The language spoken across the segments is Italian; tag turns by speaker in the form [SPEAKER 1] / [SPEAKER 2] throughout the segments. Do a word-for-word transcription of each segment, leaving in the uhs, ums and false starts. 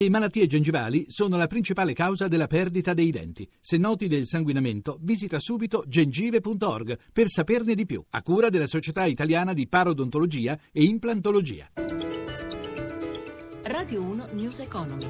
[SPEAKER 1] Le malattie gengivali sono la principale causa della perdita dei denti. Se noti del sanguinamento, visita subito gengive punto org per saperne di più, a cura della Società Italiana di Parodontologia e Implantologia.
[SPEAKER 2] Radio uno News Economy.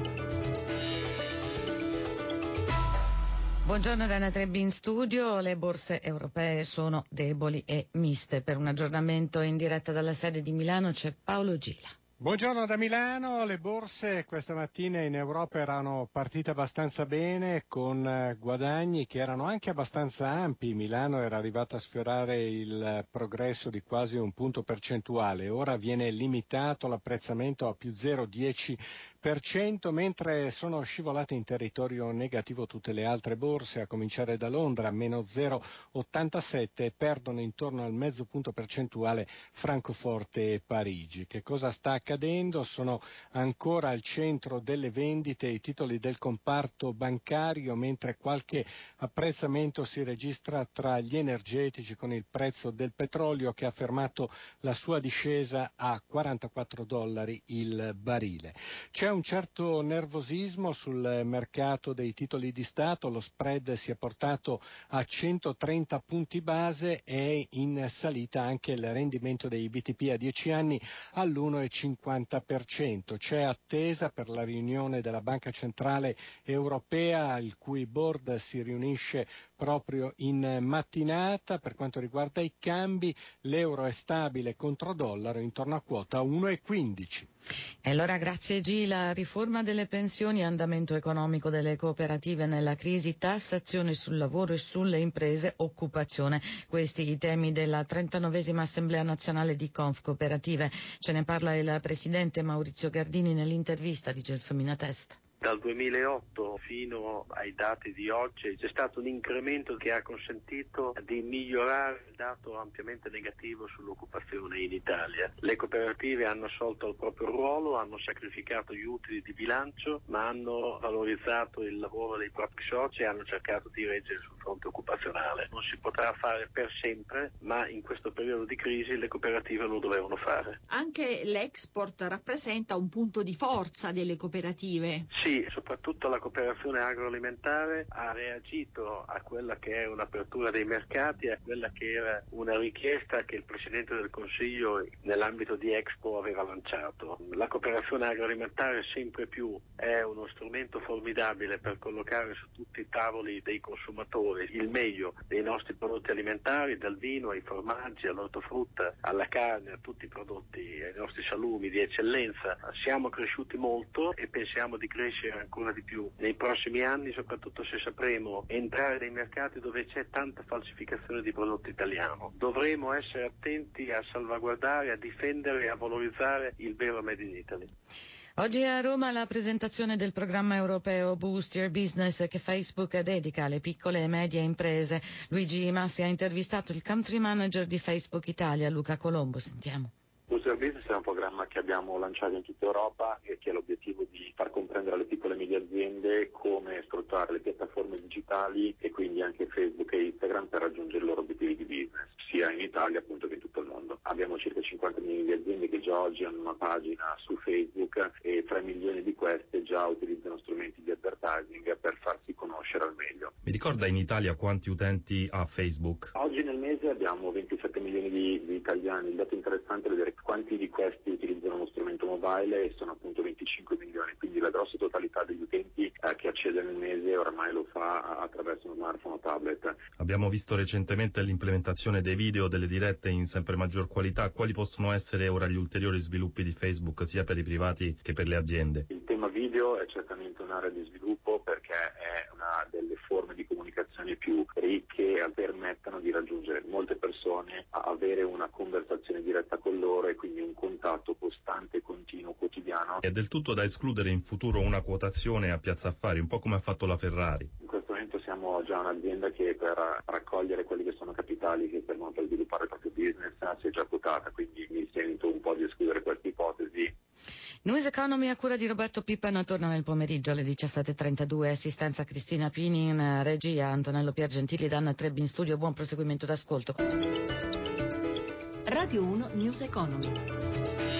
[SPEAKER 3] Buongiorno da Anna Trebbi in studio. Le borse europee sono deboli e miste. Per un aggiornamento in diretta dalla sede di Milano c'è Paolo Gila.
[SPEAKER 4] Buongiorno da Milano. Le borse questa mattina in Europa erano partite abbastanza bene, con guadagni che erano anche abbastanza ampi. Milano era arrivata a sfiorare il progresso di quasi un punto percentuale. Ora viene limitato l'apprezzamento a più zero virgola dieci per cento, mentre sono scivolate in territorio negativo tutte le altre borse, a cominciare da Londra, meno zero virgola ottantasette, e perdono intorno al mezzo punto percentuale Francoforte e Parigi. Che cosa sta accadendo? Sono ancora al centro delle vendite i titoli del comparto bancario, mentre qualche apprezzamento si registra tra gli energetici, con il prezzo del petrolio che ha fermato la sua discesa a quarantaquattro dollari il barile. C'è un certo nervosismo sul mercato dei titoli di Stato, lo spread si è portato a centotrenta punti base e in salita anche il rendimento dei B T P a dieci anni all'uno virgola cinquanta per cento. C'è attesa per la riunione della Banca Centrale Europea, il cui board si riunisce proprio in mattinata. Per quanto riguarda i cambi, l'euro è stabile contro dollaro intorno a quota uno virgola quindici.
[SPEAKER 3] E allora grazie Gila. Riforma delle pensioni, andamento economico delle cooperative nella crisi, tassazione sul lavoro e sulle imprese, occupazione. Questi i temi della trentanovesima Assemblea Nazionale di Confcooperative. Ce ne parla il presidente Maurizio Gardini nell'intervista di Gelsomina Testa.
[SPEAKER 5] Dal duemilaotto fino ai dati di oggi c'è stato un incremento che ha consentito di migliorare il dato ampiamente negativo sull'occupazione in Italia. Le cooperative hanno assolto il proprio ruolo, hanno sacrificato gli utili di bilancio, ma hanno valorizzato il lavoro dei propri soci e hanno cercato di reggere sul fronte occupazionale. Non si potrà fare per sempre, ma in questo periodo di crisi le cooperative lo dovevano fare.
[SPEAKER 2] Anche l'export rappresenta un punto di forza delle cooperative.
[SPEAKER 5] Sì, soprattutto la cooperazione agroalimentare ha reagito a quella che è un'apertura dei mercati, a quella che era una richiesta che il Presidente del Consiglio nell'ambito di Expo aveva lanciato. La cooperazione agroalimentare sempre più è uno strumento formidabile per collocare su tutti i tavoli dei consumatori il meglio dei nostri prodotti alimentari, dal vino ai formaggi, all'ortofrutta, alla carne, a tutti i prodotti, ai nostri salumi di eccellenza. Siamo cresciuti molto e pensiamo di crescere ancora di più nei prossimi anni, soprattutto se sapremo entrare nei mercati dove c'è tanta falsificazione di prodotto italiano. Dovremo essere attenti a salvaguardare, a difendere e a valorizzare il vero Made in Italy.
[SPEAKER 3] Oggi a Roma la presentazione del programma europeo Boost Your Business che Facebook dedica alle piccole e medie imprese. Luigi Massi ha intervistato il country manager di Facebook Italia, Luca Colombo. Sentiamo.
[SPEAKER 6] Boost Your Business è un programma che abbiamo lanciato in tutta Europa e che ha l'obiettivo di far comprendere alle piccole e medie aziende come sfruttare le piattaforme digitali e quindi anche Facebook e Instagram per raggiungere i loro obiettivi di business, sia in Italia appunto che in tutto il mondo. Abbiamo circa cinquanta milioni di aziende che già oggi hanno una pagina su Facebook e tre milioni di queste già utilizzano strumenti di advertising per farsi conoscere al meglio.
[SPEAKER 7] Mi ricorda in Italia quanti utenti ha Facebook?
[SPEAKER 6] Oggi nel mese abbiamo ventisette milioni di, di italiani. Il dato interessante è vedere quanti di questi utilizzano uno strumento mobile e sono appunto venticinque milioni, quindi la grossa totalità degli utenti eh, che accede nel mese oramai lo fa attraverso uno smartphone o tablet.
[SPEAKER 7] Abbiamo visto recentemente l'implementazione dei video, delle dirette in sempre maggior qualità. Quali possono essere ora gli ulteriori sviluppi di Facebook sia per i privati che per le aziende?
[SPEAKER 6] Il tema video è certamente un'area di sviluppo perché è una delle forme di comunicazione più ricche e permettono di raggiungere molte persone, a avere una conversazione diretta con loro e quindi un contatto costante, continuo, quotidiano.
[SPEAKER 7] È del tutto da escludere in futuro una quotazione a Piazza Affari, un po' come ha fatto la Ferrari.
[SPEAKER 6] In questo momento siamo già un'azienda che per raccogliere quelli che sono capitali che servono per sviluppare il proprio business si è già quotata, quindi mi sento un po' di escludere questa ipotesi.
[SPEAKER 3] News Economy a cura di Roberto Pippen torna nel pomeriggio alle diciassette e trentadue, assistenza Cristina Pini, in regia Antonello Piergentili ed Anna Trebbi in studio. Buon proseguimento d'ascolto.
[SPEAKER 2] Radio uno News Economy.